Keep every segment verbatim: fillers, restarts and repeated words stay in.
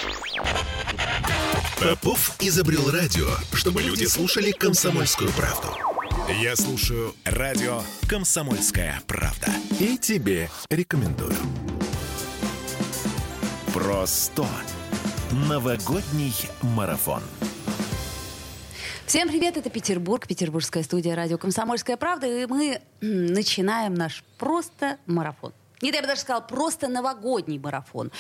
Попов изобрел радио, чтобы люди слушали «Комсомольскую правду». Я слушаю радио «Комсомольская правда». И тебе рекомендую. Про сто. Новогодний марафон. Всем привет, это Петербург, петербургская студия радио «Комсомольская правда», и мы начинаем наш просто марафон. Нет, я бы даже сказала, просто новогодний марафон.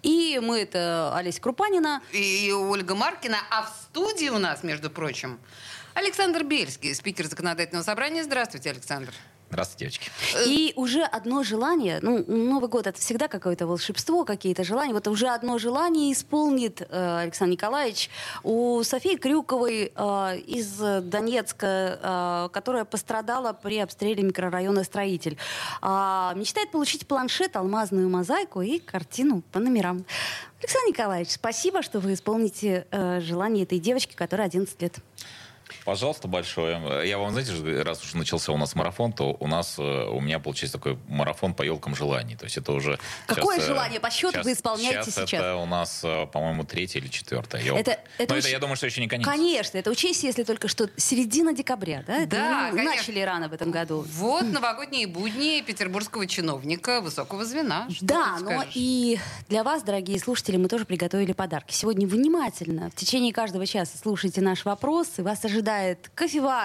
И мы, это Олеся Крупанина. И Ольга Маркина. А в студии у нас, между прочим, Александр Бельский, спикер Законодательного собрания. Здравствуйте, Александр. Здравствуйте, девочки. И уже одно желание, ну, Новый год — это всегда какое-то волшебство, какие-то желания. Вот уже одно желание исполнит э, Александр Николаевич у Софии Крюковой э, из Донецка, э, которая пострадала при обстреле микрорайона «Строитель». Э, мечтает получить планшет, алмазную мозаику и картину по номерам. Александр Николаевич, спасибо, что вы исполните э, желание этой девочки, которой одиннадцать лет. Пожалуйста, большое. Я вам, знаете, раз уж начался у нас марафон, то у нас, у меня получается такой марафон по елкам желаний. То есть это уже... Какое сейчас, желание по счету сейчас, вы исполняете сейчас? Сейчас это у нас, по-моему, третье или четвертое елка. Это, это Но уч... это, я думаю, что еще не конец. Конечно, это учесть, если только что середина декабря, да? Да, это, ну, начали рано в этом году. Вот новогодние будни петербургского чиновника высокого звена. Что да, но и для вас, дорогие слушатели, мы тоже приготовили подарки. Сегодня внимательно в течение каждого часа слушайте наш вопрос, и вас ожидает кофеварка,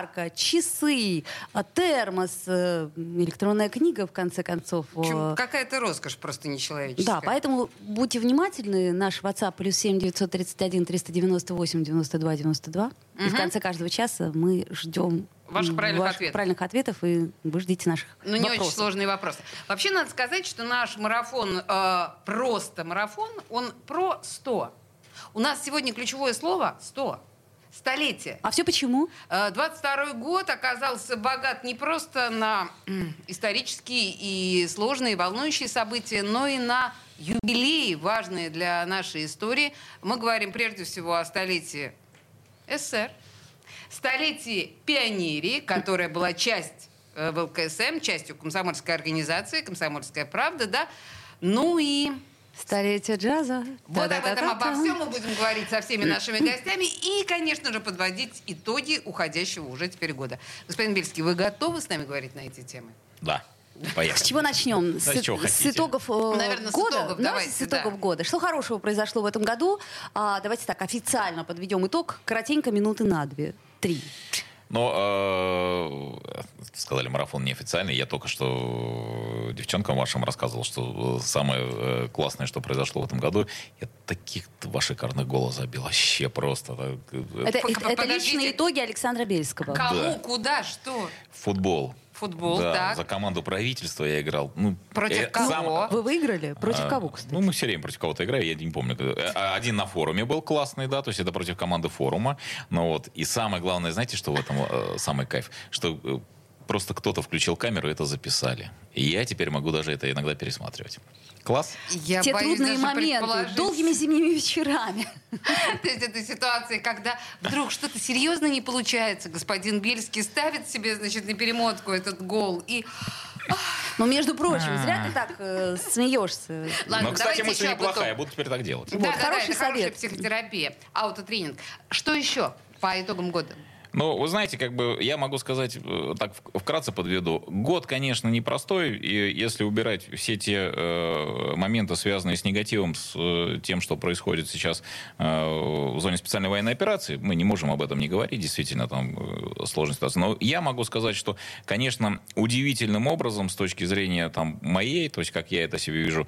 часы, термос, электронная книга, в конце концов. Причем какая-то роскошь просто нечеловеческая. Да, поэтому будьте внимательны. Наш WhatsApp плюс семь девятьсот тридцать один триста девяносто восемь девяносто два девяносто два. Угу. И в конце каждого часа мы ждем ваших правильных ваших ответов. правильных ответов, и вы ждите наших Ну, вопросов. не очень сложные вопросы. Вообще, надо сказать, что наш марафон, э, просто марафон, он про сто. У нас сегодня ключевое слово «сто». Столетие. А все почему? двадцать второй год оказался богат не просто на исторические и сложные, волнующие события, но и на юбилеи, важные для нашей истории. Мы говорим прежде всего о столетии СССР, столетии пионерии, которая была часть вэ эл ка эс эм, частью комсомольской организации, «Комсомольская правда», да, ну и... Столетие джаза. Вот об этом, Та-та-та-та. обо всем мы будем говорить со всеми нашими гостями и, конечно же, подводить итоги уходящего уже теперь года. Господин Бельский, вы готовы с нами говорить на эти темы? Да. Поехали. С чего начнем? Да, с, с чего с хотите? итогов э, Наверное, с года? итогов, Давайте давайте, с итогов да. года. Что хорошего произошло в этом году? А, давайте так, официально подведем итог. Коротенько, минуты на две. Три. Но э, сказали, марафон неофициальный. Я только что девчонкам вашим рассказывал, что самое э, классное, что произошло в этом году, я таких два шикарных гола забил. Вообще просто. Это, П- это, это подождите. личные итоги Александра Бельского. Кому, Да. куда, что? Футбол. Футбол, Да, так. за команду правительства я играл. Ну, Против э, кого? сам- Вы выиграли? Против А, кого, кстати? Ну, мы все время против кого-то играем, я не помню. А, Один на форуме был классный, да, то есть это против команды форума. Ну, вот. И самое главное, знаете, что в этом э, самый кайф? Что э, просто кто-то включил камеру и это записали. И я теперь могу даже это иногда пересматривать. Класс? Я Те боюсь трудные даже моменты, предположить. долгими зимними вечерами. То есть это ситуация, когда вдруг что-то серьезно не получается, господин Бельский ставит себе, значит, на перемотку этот гол и... Но, между прочим, зря ты так э, смеешься. Ладно, Но, кстати, давайте мысль еще об неплохая, я итогах. буду теперь так делать. Да, Вот, да, да, хороший это хорошая совет. психотерапия, аутотренинг. Что еще по итогам года? Ну, вы знаете, как бы я могу сказать, э, так в- вкратце подведу. Год, конечно, непростой, и если убирать все те э, моменты, связанные с негативом, с э, тем, что происходит сейчас э, в зоне специальной военной операции, мы не можем об этом не говорить, действительно, там э, сложная ситуация. Но я могу сказать, что, конечно, удивительным образом, с точки зрения там, моей, то есть как я это себе вижу,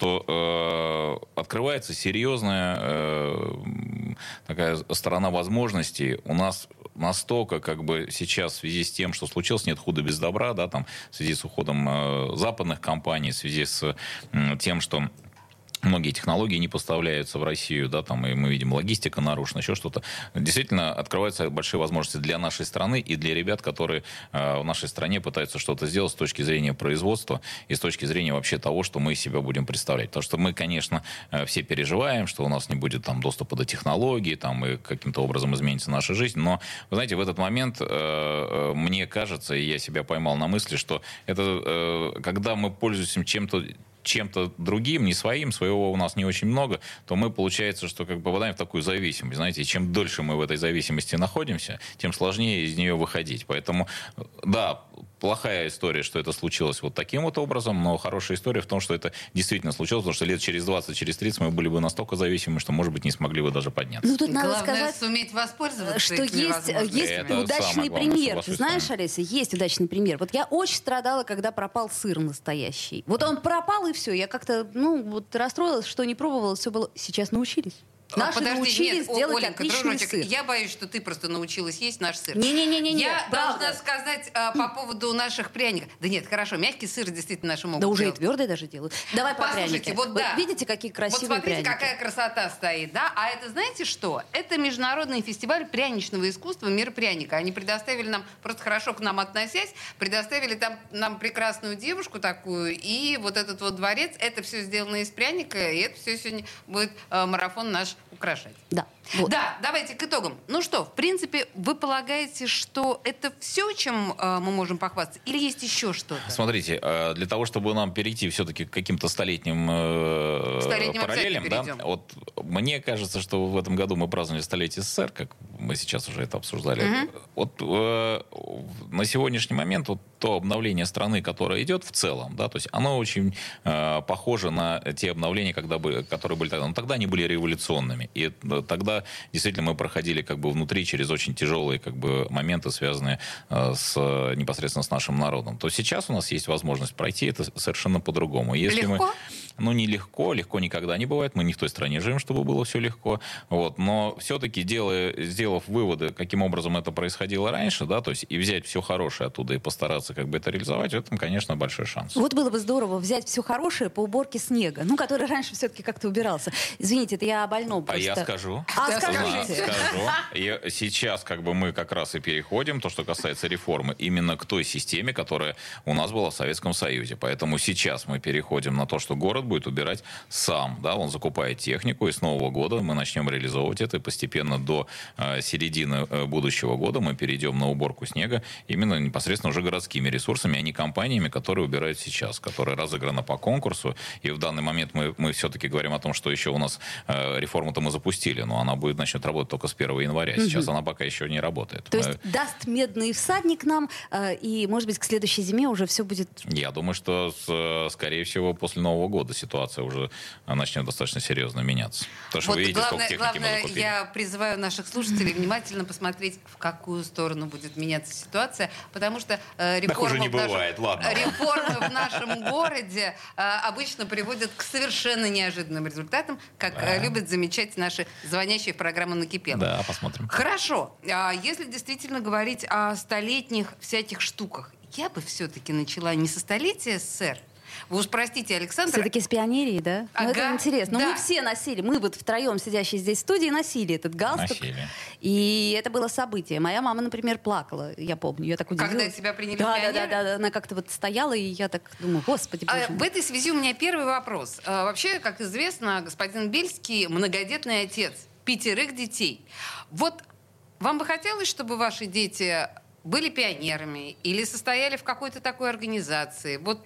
что э, открывается серьезная э, такая сторона возможностей. У нас настолько, как бы сейчас в связи с тем, что случилось, нет худа без добра, да, там, в связи с уходом э, западных компаний, в связи с э, тем, что многие технологии не поставляются в Россию, да, там, и мы видим, логистика нарушена, еще что-то. Действительно, открываются большие возможности для нашей страны и для ребят, которые э, в нашей стране пытаются что-то сделать с точки зрения производства и с точки зрения вообще того, что мы из себя будем представлять. Потому что мы, конечно, э, все переживаем, что у нас не будет там доступа до технологий, там, и каким-то образом изменится наша жизнь. Но, вы знаете, в этот момент э, э, мне кажется, и я себя поймал на мысли, что это э, когда мы пользуемся чем-то, чем-то другим, не своим, своего у нас не очень много, то мы, получается, что как бы попадаем в такую зависимость. Знаете, чем дольше мы в этой зависимости находимся, тем сложнее из нее выходить. Поэтому, да, плохая история, что это случилось вот таким вот образом, но хорошая история в том, что это действительно случилось, потому что лет через двадцать, через тридцать мы были бы настолько зависимы, что, может быть, не смогли бы даже подняться. Ну, тут надо Главное сказать, суметь воспользоваться что этими есть, есть Это удачный самое главное, пример. Ты знаешь, соглашусь Олеся, есть удачный пример. Вот я очень страдала, когда пропал сыр настоящий. Вот он пропал, и все. Я как-то, ну, вот расстроилась, что не пробовала, все было. Сейчас научились. Наши Подожди, научились нет, делать Оленька, отличный дружочек, сыр. я боюсь, что ты просто научилась есть наш сыр. Не-не-не-не, Я правда. должна сказать а, по поводу наших пряников. Да нет, хорошо, мягкий сыр действительно наши могут Да уже и делать. твердый даже делают. Давай про Послушайте, пряники. вот да. Видите, какие красивые Вот смотрите, пряники? какая красота стоит, да? А это знаете что? Это международный фестиваль пряничного искусства «Мир пряника». Они предоставили нам, просто хорошо к нам относясь, предоставили там нам прекрасную девушку такую, и вот этот вот дворец, это все сделано из пряника, и это все сегодня будет э, марафон наш украшать. Да. Вот. Да, давайте к итогам. Ну что, в принципе, вы полагаете, что это все, чем э, мы можем похвастаться? Или есть еще что-то? Смотрите, э, для того, чтобы нам перейти все-таки к каким-то столетним, э, Столетним параллелям, да, перейдем. вот мне кажется, что в этом году мы праздновали столетие СССР, как мы сейчас уже это обсуждали. Мгм. Вот э, на сегодняшний момент вот то обновление страны, которое идет в целом, да, то есть оно очень э, похоже на те обновления, когда бы, которые были тогда. Но тогда они были революционными. И э, тогда действительно мы проходили как бы внутри через очень тяжелые как бы моменты, связанные э, с, непосредственно с нашим народом. То сейчас у нас есть возможность пройти это совершенно по-другому. Если Легко? Мы, ну, не легко, легко никогда не бывает. Мы не в той стране живем, чтобы было все легко. Вот. Но все-таки, делая, сделав выводы, каким образом это происходило раньше, да, то есть и взять все хорошее оттуда и постараться как бы это реализовать, в этом, конечно, большой шанс. Вот было бы здорово взять все хорошее по уборке снега, ну, который раньше все-таки как-то убирался. Извините, это я о больном А просто. я скажу. А Да, скажите. Да, скажу. И сейчас как бы мы как раз и переходим, то, что касается реформы, именно к той системе, которая у нас была в Советском Союзе. Поэтому сейчас мы переходим на то, что город будет убирать сам. Да? Он закупает технику, и с Нового года мы начнем реализовывать это. И постепенно до э, середины э, будущего года мы перейдем на уборку снега именно непосредственно уже городскими ресурсами, а не компаниями, которые убирают сейчас, которые разыграны по конкурсу. И в данный момент мы, мы все-таки говорим о том, что еще у нас э, реформу-то мы запустили, но она будет начнет работать только с первого января. Сейчас угу. она пока еще не работает. То Мы... есть даст медный всадник нам, э, и, может быть, к следующей зиме уже все будет... Я думаю, что, с, скорее всего, после Нового года ситуация уже начнет достаточно серьезно меняться. Потому что Вот вы видите, главное, сколько техники мы главное, закупили. я призываю наших слушателей внимательно посмотреть, в какую сторону будет меняться ситуация, потому что э, Да хуже реформы, не в нашем, бывает, ладно. реформы в нашем городе э, обычно приводят к совершенно неожиданным результатам, как Да. э, любят замечать наши звонящие в программу «Накипело». Да, посмотрим. Хорошо. А если действительно говорить о столетних всяких штуках, я бы все-таки начала не со столетия СССР. Вы уж простите, Александр. Все-таки с пионерией, да? Ага, Ну, это интересно. да. Ну, мы все носили, мы вот втроем, сидящие здесь в студии, носили этот галстук. Носили. И это было событие. Моя мама, например, плакала, я помню. Я так удивилась. Когда тебя приняли в да, да, пионеры? да, да, она как-то вот стояла, и я так думаю, господи, боже А, мой. в этой связи у меня первый вопрос. А, вообще, как известно, господин Бельский многодетный отец пятерых детей. Вот вам бы хотелось, чтобы ваши дети были пионерами или состояли в какой-то такой организации? Вот...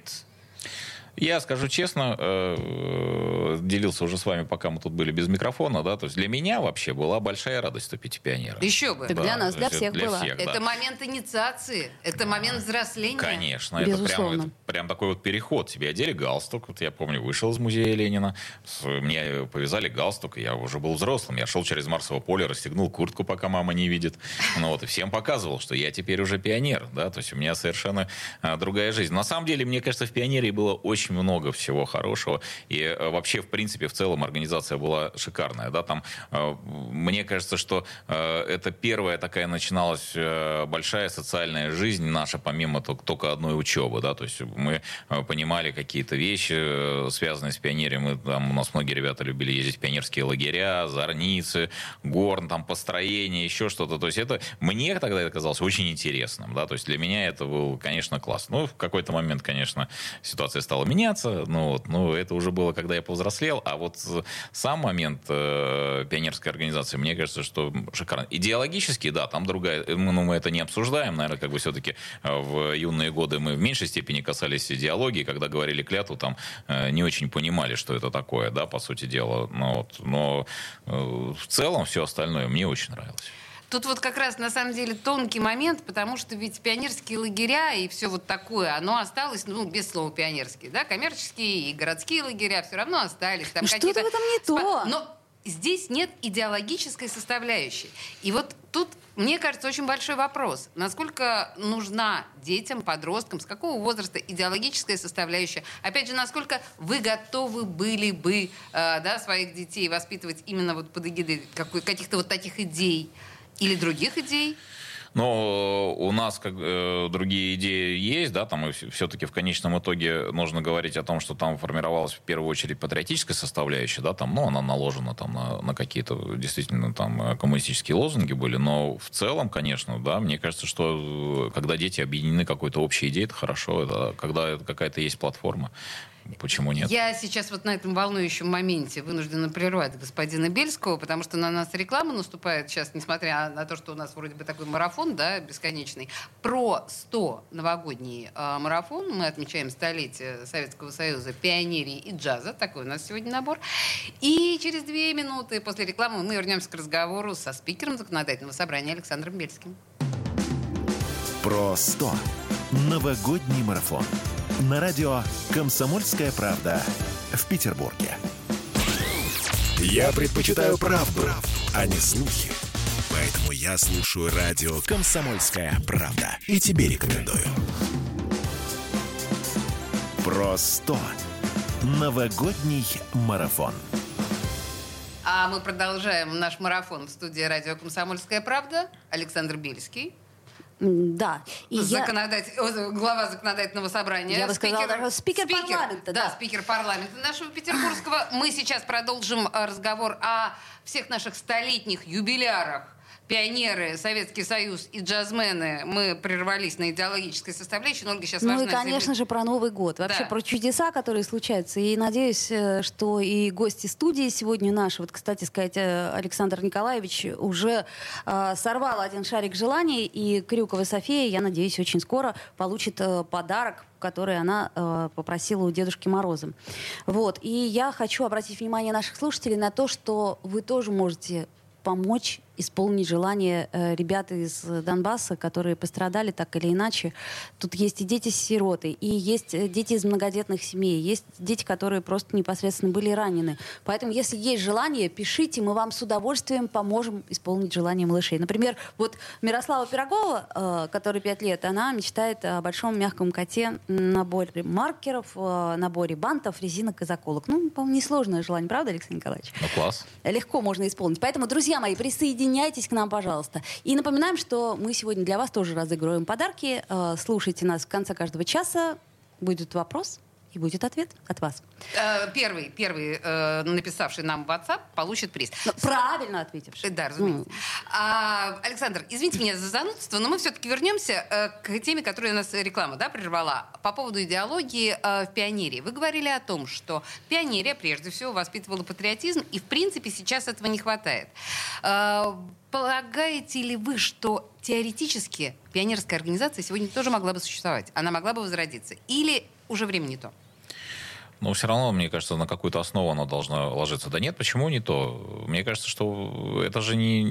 Я скажу честно, э, делился уже с вами, пока мы тут были без микрофона, да, то есть для меня вообще была большая радость вступить в пионеры. Еще бы. Так Да, для нас, то для есть всех для было. всех, да. Это момент инициации, это момент взросления. Конечно, это прям, Безусловно. это прям такой вот переход. Себе одели галстук. Вот я помню, вышел из музея Ленина, с- мне повязали галстук, и я уже был взрослым. Я шел через Марсово поле, расстегнул куртку, пока мама не видит. Ну вот, и всем показывал, что я теперь уже пионер. Да? То есть у меня совершенно а, другая жизнь. На самом деле, мне кажется, в пионерии было очень много всего хорошего. И а, вообще, в принципе, в целом организация была шикарная. Да? Там, а, мне кажется, что а, это первая такая начиналась а, большая социальная жизнь наша, помимо только, только одной учебы. Да? То есть мы а, понимали какие-то вещи, э, связанные с пионерией. Мы, там, у нас многие ребята любили ездить в пионерские лагеря, зорницы, горн, там, построение, еще что-то. То есть это мне тогда это казалось очень интересным. Да? То есть для меня это был, конечно, класс. Ну, в какой-то момент, конечно, ситуация стала поменяться. Ну, вот, ну, это уже было, когда я повзрослел. А вот сам момент э, пионерской организации, мне кажется, что шикарно. Идеологически, да, там другая... Мы, ну, мы это не обсуждаем. Наверное, как бы все-таки в юные годы мы в меньшей степени касались идеологии. Когда говорили клятву, там э, не очень понимали, что это такое, да, по сути дела. Ну, вот, но э, в целом все остальное мне очень нравилось. Тут вот как раз на самом деле тонкий момент, потому что ведь пионерские лагеря и все вот такое, оно осталось, ну, без слова пионерские, да, коммерческие и городские лагеря все равно остались. Там что-то в этом не то. Но здесь нет идеологической составляющей. И вот тут, мне кажется, очень большой вопрос. Насколько нужна детям, подросткам, с какого возраста идеологическая составляющая? Опять же, насколько вы готовы были бы э, да, своих детей воспитывать именно вот под эгидой какой- каких-то вот таких идей? Или других идей? Но у нас как, э, другие идеи есть, да, там и все-таки в конечном итоге нужно говорить о том, что там формировалась в первую очередь патриотическая составляющая, да, там, ну, она наложена там на, на какие-то действительно там коммунистические лозунги были, но в целом, конечно, да, мне кажется, что когда дети объединены какой-то общей идеей, это хорошо, это, когда какая-то есть платформа. Почему нет? Я сейчас вот на этом волнующем моменте вынуждена прервать господина Бельского, потому что на нас реклама наступает сейчас, несмотря на то, что у нас вроде бы такой марафон, да, бесконечный. Про сто новогодний э, марафон. Мы отмечаем столетие Советского Союза, пионерии и джаза. Такой у нас сегодня набор. И через две минуты после рекламы мы вернемся к разговору со спикером Законодательного собрания Александром Бельским. Про сто. Новогодний марафон. На радио «Комсомольская правда» в Петербурге. Я предпочитаю правду, а не слухи. Поэтому я слушаю радио «Комсомольская правда». И тебе рекомендую. Про сто. Новогодний марафон. А мы продолжаем наш марафон в студии радио «Комсомольская правда». Александр Бельский. Да. И Законодатель... я... Глава законодательного собрания. Я бы сказала, спикер... даже спикер, спикер парламента. Да, да, спикер парламента нашего петербургского. Мы сейчас продолжим разговор о всех наших столетних юбилярах. Пионеры, Советский Союз и джазмены. Мы прервались на идеологической составляющей. Но Ольга сейчас ну важно... и, конечно же, про Новый год. Вообще да. про чудеса, которые случаются. И надеюсь, что и гости студии сегодня наши, вот, кстати сказать, Александр Николаевич уже э, сорвал один шарик желаний, и Крюкова София, я надеюсь, очень скоро получит э, подарок, который она э, попросила у Дедушки Мороза. Вот. И я хочу обратить внимание наших слушателей на то, что вы тоже можете помочь исполнить желание э, ребят из Донбасса, которые пострадали так или иначе. Тут есть и дети-сироты, и есть дети из многодетных семей, есть дети, которые просто непосредственно были ранены. Поэтому, если есть желание, пишите, мы вам с удовольствием поможем исполнить желание малышей. Например, вот Мирослава Пирогова, э, которой пять лет, она мечтает о большом мягком коте, наборе маркеров, э, наборе бантов, резинок и заколок. Ну, по-моему, несложное желание, правда, Алексей Николаевич? Ну, класс. Легко можно исполнить. Поэтому, друзья мои, присоединяйтесь Присоединяйтесь к нам, пожалуйста. И напоминаем, что мы сегодня для вас тоже разыгрываем подарки. Слушайте нас в конце каждого часа. Будет вопрос и будет ответ от вас. Первый, первый э, написавший нам в WhatsApp, получит приз. Но правильно ответивший. Да, разумеется. Mm. А, Александр, извините меня за занудство, но мы все-таки вернемся э, к теме, которая у нас реклама, да, прервала. По поводу идеологии э, в пионерии. Вы говорили о том, что пионерия, прежде всего, воспитывала патриотизм, и, в принципе, сейчас этого не хватает. Э, полагаете ли вы, что теоретически пионерская организация сегодня тоже могла бы существовать? Она могла бы возродиться? Или уже время не то? Но все равно, мне кажется, на какую-то основу она должна ложиться. Да нет, почему не то? Мне кажется, что это же не...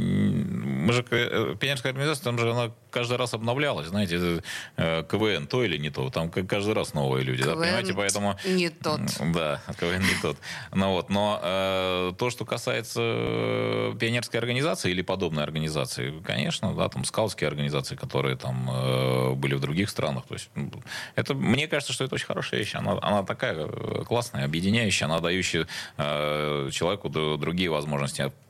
Мы же... Пионерская организация, там же она каждый раз обновлялась. Знаете, это КВН то или не то. Там каждый раз новые люди. КВН да, понимаете, поэтому... не тот. Да, КВН не тот. Ну, вот, но э, то, что касается пионерской организации или подобной организации, конечно, да, там скаутские организации, которые там э, были в других странах. То есть, это, мне кажется, что это очень хорошая вещь. Она, она такая... классная, объединяющая, она дающая э, человеку другие возможности.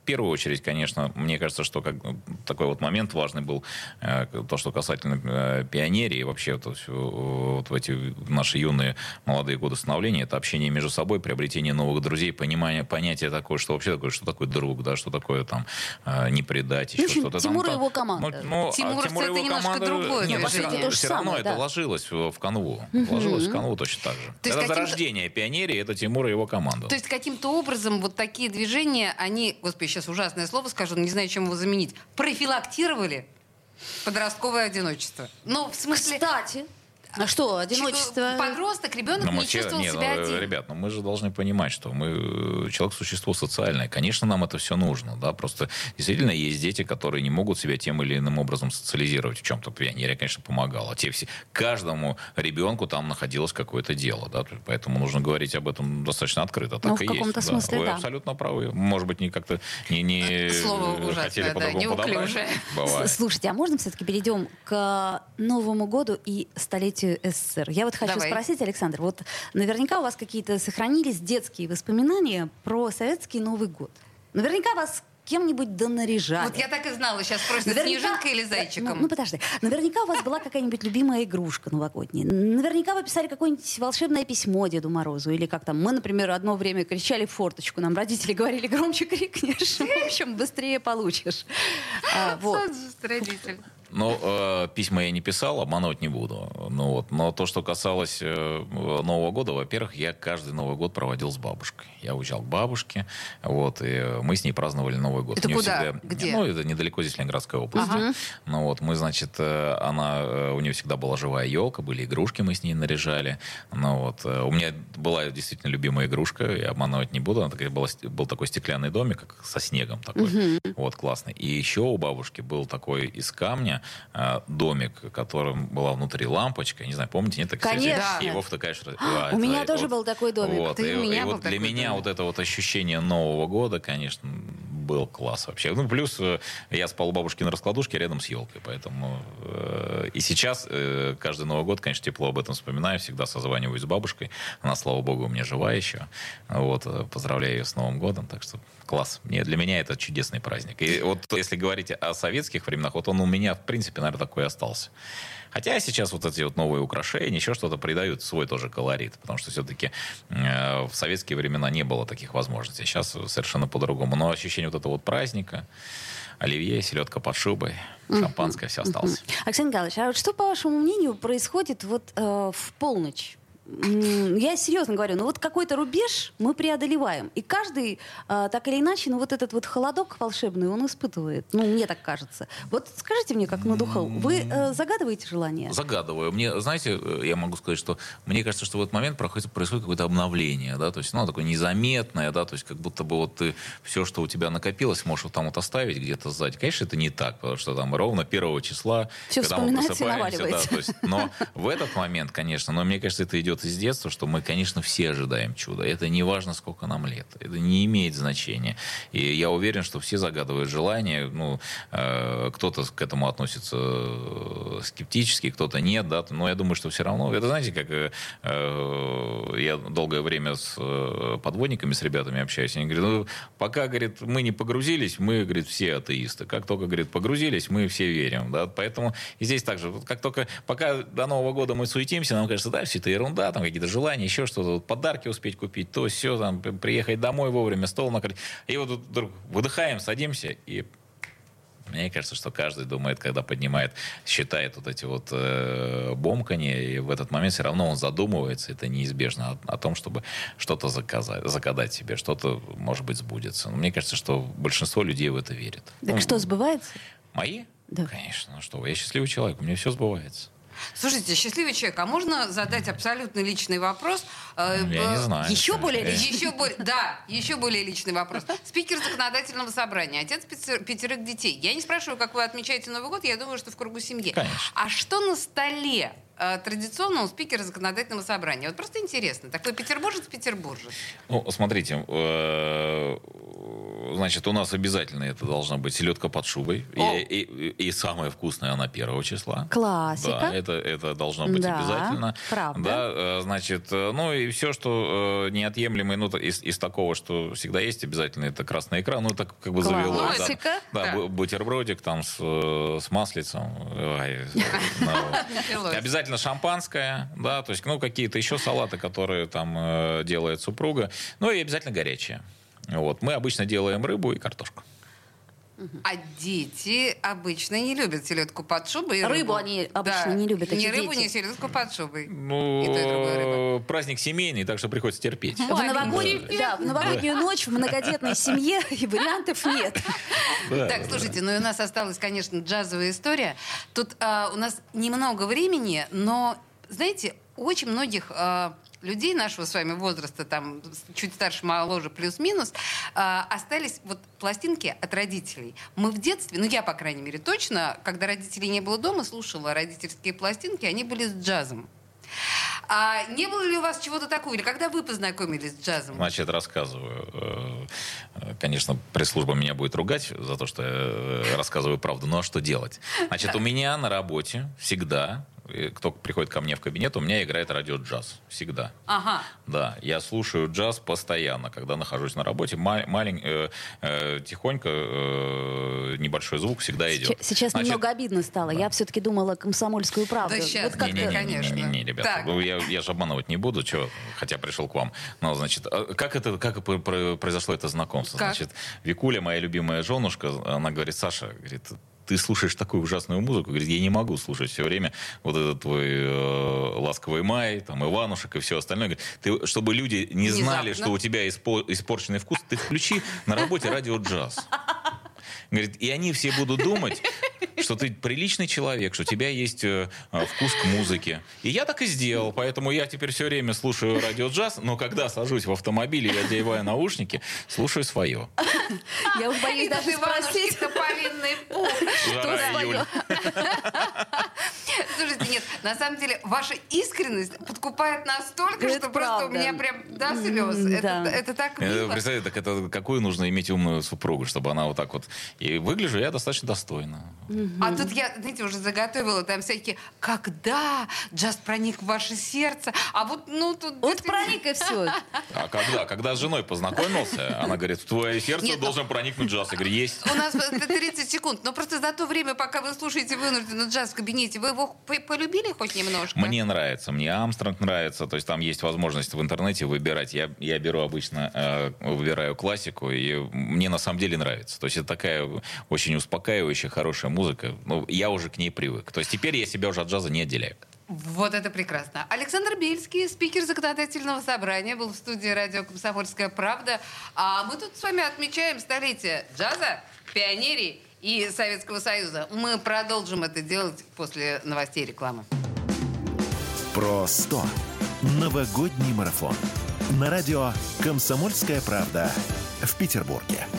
первую очередь, конечно, мне кажется, что как, такой вот момент важный был, э, то, что касательно э, пионерии, вообще вот, вот в эти наши юные молодые годы становления, это общение между собой, приобретение новых друзей, понимание, понятие такое, что вообще такое, что такое друг, да, что такое там э, не предать, еще общем, что-то Тимур там. и его команда. Ну, ну, Тимур, Тимур это и его немножко команда, другое нет, движение. все, То же все равно самое, это да. ложилось в, в канву. Ложилось в канву точно так же. То есть Это каким-то- зарождение пионерии, это Тимур и его команда. То есть каким-то образом вот такие движения, они, господи, сейчас ужасное слово скажу, не знаю, чем его заменить, профилактировали подростковое одиночество. Ну, в смысле... Кстати, а что, одиночество... Подросток, ребенок Но мы не все- чувствовал нет, себя ну, один. ребят, ну мы же должны понимать, что мы человек существо социальное. Конечно, нам это все нужно, да. Просто действительно есть дети, которые не могут себя тем или иным образом социализировать в чем-то. Пионерия, конечно, помогала. Те все, каждому ребенку там находилось какое-то дело, да. Поэтому нужно говорить об этом достаточно открыто. Так Ну, в и каком-то есть. смысле, да. Вы да. абсолютно правы. Может быть, не как-то не, не Слово ужасное, хотели да, по-другому неуклюжее. подобрать. Бывает. Слушайте, а можно все-таки перейдем к Новому году и столетию СССР? Я вот хочу Давай. спросить, Александр, вот наверняка у вас какие-то сохранились детские воспоминания про советский Новый год. Наверняка вас кем-нибудь донаряжали. Вот я так и знала, сейчас спросят, Наверняка- снежинкой или Ну, зайчиком. ну, подожди. Наверняка у вас была какая-нибудь любимая игрушка новогодняя. Наверняка вы писали какое-нибудь волшебное письмо Деду Морозу. Или как там. Мы, например, одно время кричали в форточку. Нам родители говорили, громче крикнешь. В общем, быстрее получишь. А, вот. Садист, родитель. Ну, э, письма я не писал, обманывать не буду. Ну, вот. Но то, что касалось э, Нового года, во-первых, я каждый Новый год проводил с бабушкой. Я уезжал к бабушке, вот, и мы с ней праздновали Новый год. Это У неё куда? всегда- Где? Ну, это недалеко здесь, Ленинградская область. Ага. Ну, вот, мы, значит, э, она, э, у нее всегда была живая елка, были игрушки, мы с ней наряжали. Ну, вот, э, у меня была действительно любимая игрушка, я обманывать не буду. Она такая была, был такой стеклянный домик, как со снегом такой. Вот, классный. И еще у бабушки был такой из камня э, домик, в котором была внутри лампочка. Не знаю, помните, нет? Так, Конечно. И его втыкаешь. У меня тоже был такой домик. Вот, Ты и, у меня и был вот для такой меня домик. вот это вот ощущение Нового года, конечно, был класс вообще. Ну, плюс э, я спал у бабушки на раскладушке рядом с елкой, поэтому э, и сейчас э, каждый Новый год, конечно, тепло об этом вспоминаю, всегда созваниваюсь с бабушкой. Она, слава богу, у меня жива еще. Вот, э, поздравляю ее с Новым годом, так что класс. Мне, для меня это чудесный праздник. И вот если говорить о советских временах, вот он у меня, в принципе, наверное, такой и остался. Хотя сейчас вот эти вот новые украшения, еще что-то придают свой тоже колорит, потому что все-таки э, в советские времена не было таких возможностей. Сейчас совершенно по-другому. Но ощущение вот этого вот праздника, оливье, селедка под шубой, шампанское, все осталось. Александр Николаевич, а вот что, по вашему мнению, происходит вот э, в полночь? М, Я серьезно говорю, ну вот какой-то рубеж мы преодолеваем. И каждый, э, так или иначе, ну вот этот вот холодок волшебный он испытывает. Ну, мне так кажется. Вот скажите мне, как на духу, вы э, загадываете желание? Загадываю. Мне, знаете, я могу сказать, что мне кажется, что в этот момент происходит, происходит какое-то обновление, да, то есть, ну, такое незаметное, да, то есть, как будто бы вот ты все, что у тебя накопилось, можешь вот там вот оставить где-то сзади. Конечно, это не так, потому что там ровно первого числа, Всё когда мы вспоминается и просыпаемся, да, наваливается. то есть, но в этот момент, конечно, но мне кажется, это идет из детства, что мы, конечно, все ожидаем чуда. Это не важно, сколько нам лет. Это не имеет значения. И я уверен, что все загадывают желания. Ну, э, кто-то к этому относится э, скептически, кто-то нет, да. Но я думаю, что все равно... Это, знаете, как э, э, я долгое время с э, подводниками, с ребятами общаюсь. Они говорят, ну, пока, говорит, мы не погрузились, мы, говорит, все атеисты. Как только, говорит, погрузились, мы все верим, да. Поэтому и здесь также, вот как только, пока до Нового года мы суетимся, нам кажется, да, все это ерунда, там какие-то желания, еще что-то, вот подарки успеть купить, то все, там, приехать домой вовремя, стол накрыть. И вот вдруг выдыхаем, садимся, и мне кажется, что каждый думает, когда поднимает, считает вот эти вот э, бомканья, и в этот момент все равно он задумывается, это неизбежно, о, о том, чтобы что-то заказать, загадать себе, что-то, может быть, сбудется. Но мне кажется, что большинство людей в это верит. Так Ну, что, сбывается? Мои? Да. Конечно. Ну что вы, я счастливый человек, у меня все сбывается. Слушайте, счастливый человек, а можно задать абсолютно личный вопрос? Э, Я не знаю. Еще более Э, личный. Еще более, да, еще более личный вопрос. Спикер законодательного собрания, отец пяти- пятерых детей. Я не спрашиваю, как вы отмечаете Новый год, я думаю, что в кругу семьи. Конечно. А что на столе э, традиционно у спикера законодательного собрания. Вот просто интересно. Такой петербуржец-петербуржец. Ну, смотрите, э, значит, у нас обязательно это должна быть селедка под шубой. И, и, и самая вкусная она первого числа. Классика. Да, это, это должно быть да, обязательно. Правда. Да, значит, ну и все, что э, неотъемлемое, ну, из, из такого, что всегда есть обязательно, это красная икра. Ну, так как бы завело. Классика. Да, да, Да. бутербродик там с, с маслицем. Ой, ну, обязательно шампанское, да, то есть, ну, какие-то еще салаты, которые там э, делает супруга. Ну, и обязательно горячее. Вот. Мы обычно делаем рыбу и картошку. А дети обычно не любят селедку под шубой и рыбу. Рыбу они обычно не любят, Ни эти рыбу, дети. ни селедку под шубой. Ну, И то, и другое рыба. праздник семейный, так что приходится терпеть. В, новогоднюю, да, в новогоднюю ночь в многодетной семье и вариантов нет. Да, Так, да, слушайте, ну и у нас осталась, конечно, джазовая история. Тут а, у нас немного времени, но, знаете, очень многих а, людей нашего с вами возраста, там, чуть старше, моложе, плюс-минус, а, остались вот пластинки от родителей. Мы в детстве, ну я, по крайней мере, точно, когда родителей не было дома, слушала родительские пластинки, они были с джазом. А не было ли у вас чего-то такого? Или когда вы познакомились с джазом? Значит, рассказываю. Конечно, пресс-служба меня будет ругать за то, что я рассказываю правду. Ну а что делать? Значит, у меня на работе всегда, кто приходит ко мне в кабинет, у меня играет радио-джаз. Всегда. Ага. Да, я слушаю джаз постоянно, когда нахожусь на работе. Ма- малень, э, э, тихонько, э, небольшой звук всегда идет. Сейчас, сейчас Значит, немного обидно стало. Я все-таки думала «Комсомольскую правду». Да щас, Вот как-то- Не-не-не. Не-не-не, ребята, Так. ну, я, я же обманывать не буду, чё, хотя пришел к вам. Но, значит, а как это, как это про- произошло это знакомство? Как? Значит, Викуля, моя любимая женушка, она говорит: Саша, говорит, ты слушаешь такую ужасную музыку, говорит, я не могу слушать все время вот этот твой э, «Ласковый май», там, «Иванушек» и все остальное. Говорит, ты, чтобы люди не знали, Внезапно. что у тебя испо- испорченный вкус, ты включи на работе радио-джаз. Говорит, и они все будут думать, что ты приличный человек, что у тебя есть э, вкус к музыке. И я так и сделал, поэтому я теперь все время слушаю радио-джаз, но когда сажусь в автомобиль и одеваю наушники, слушаю свое. Я уж боюсь И даже тут Иванушки, спросить. тополиный пух. Жара, июль. Слушайте, нет, на самом деле ваша искренность подкупает настолько, Это что просто у правда. меня прям до слез. М, Это, да. это так Э, мило. Представляете, так это какую нужно иметь умную супругу, чтобы она вот так вот... И выгляжу я достаточно достойно. А тут я, знаете, уже заготовила там всякие, когда джаз проник в ваше сердце, а вот, ну, тут... Вот действительно- проник и все. А когда? Когда с женой познакомился, она говорит, в твое сердце Нет, должен проникнуть джаз. Я говорю, есть. У нас тридцать секунд, но просто за то время, пока вы слушаете вынужденно джаз в кабинете, вы его по- полюбили хоть немножко? Мне нравится, мне Армстронг нравится, то есть там есть возможность в интернете выбирать. Я, я беру обычно, э, выбираю классику, и мне на самом деле нравится. То есть это такая очень успокаивающая, хорошая музыка. Ну, я уже к ней привык. То есть теперь я себя уже от джаза не отделяю. Вот это прекрасно. Александр Бельский, спикер законодательного собрания, был в студии радио «Комсомольская правда». А мы тут с вами отмечаем столетие джаза, пионерии и Советского Союза. Мы продолжим это делать после новостей и рекламы. Про сто. Новогодний марафон. На радио «Комсомольская правда» в Петербурге.